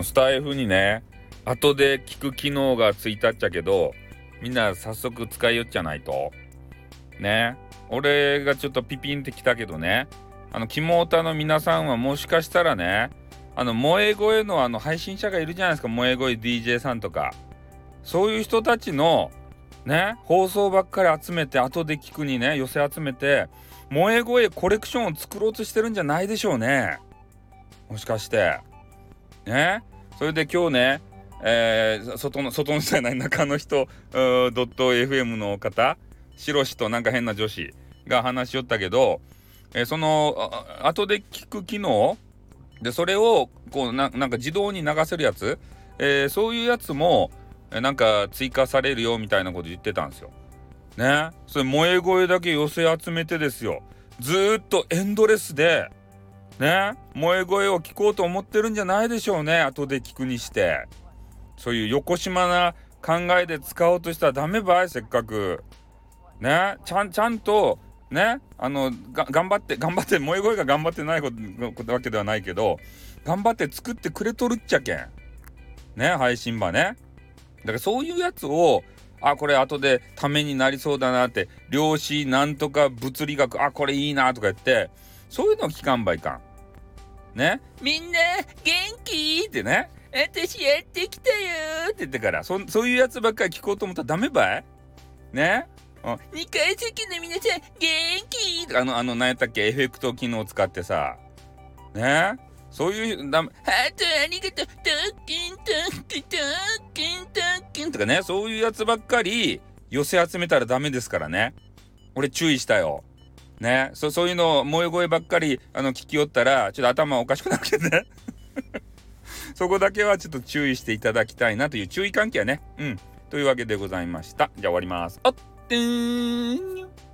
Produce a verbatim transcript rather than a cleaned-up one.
スタイフにね、後で聞く機能がついたっちゃけど、みんな早速使いよっちゃないとね。俺がちょっとピピンってきたけどね、あのキモータの皆さんはもしかしたらね、あの萌え声のあの配信者がいるじゃないですか。萌え声 ディージェー さんとか、そういう人たちのね放送ばっかり集めて、後で聞くにね寄せ集めて、萌え声コレクションを作ろうとしてるんじゃないでしょうね、もしかしてね。それで今日ね、えー、外の外の人じゃない中の人ドット エフエム の方、白しとなんか変な女子が話しよったけど、えー、その後で聞く機能で、それをこう な, なんか自動に流せるやつ、えー、そういうやつもなんか追加されるよみたいなこと言ってたんですよね。それ萌え声だけ寄せ集めてですよ、ずーっとエンドレスでね萌え声を聞こうと思ってるんじゃないでしょうね。後で聞くにして、そういう横島な考えで使おうとしたらダメばい。せっかくね、ちゃんちゃんとね、あのが頑張って頑張って萌え声が頑張ってないことわけではないけど、頑張って作ってくれとるっちゃけんね、配信場ね。だからそういうやつを、あ、これ後でためになりそうだなって、量子なんとか物理学、あ、これいいなとか言って、そういうのを聞かんばいかんね。みんな元気ってね、私やってきたよって言ってから、そそういうやつばっかり聞こうと思ったらダメばいね。にかい席の皆さん元気とか、あのあの何やったっけ、エフェクト機能を使ってさね、そういうダメ、ハートありがとう、トッキントッキントッキントッキンとかね、そういうやつばっかり寄せ集めたらダメですからね。俺注意したよね。そそういうの萌え声ばっかりあの聞きよったらちょっと頭おかしくなるけどねそこだけはちょっと注意していただきたいなという注意喚起やね。うん、というわけでございました。じゃあ終わります。あってーん。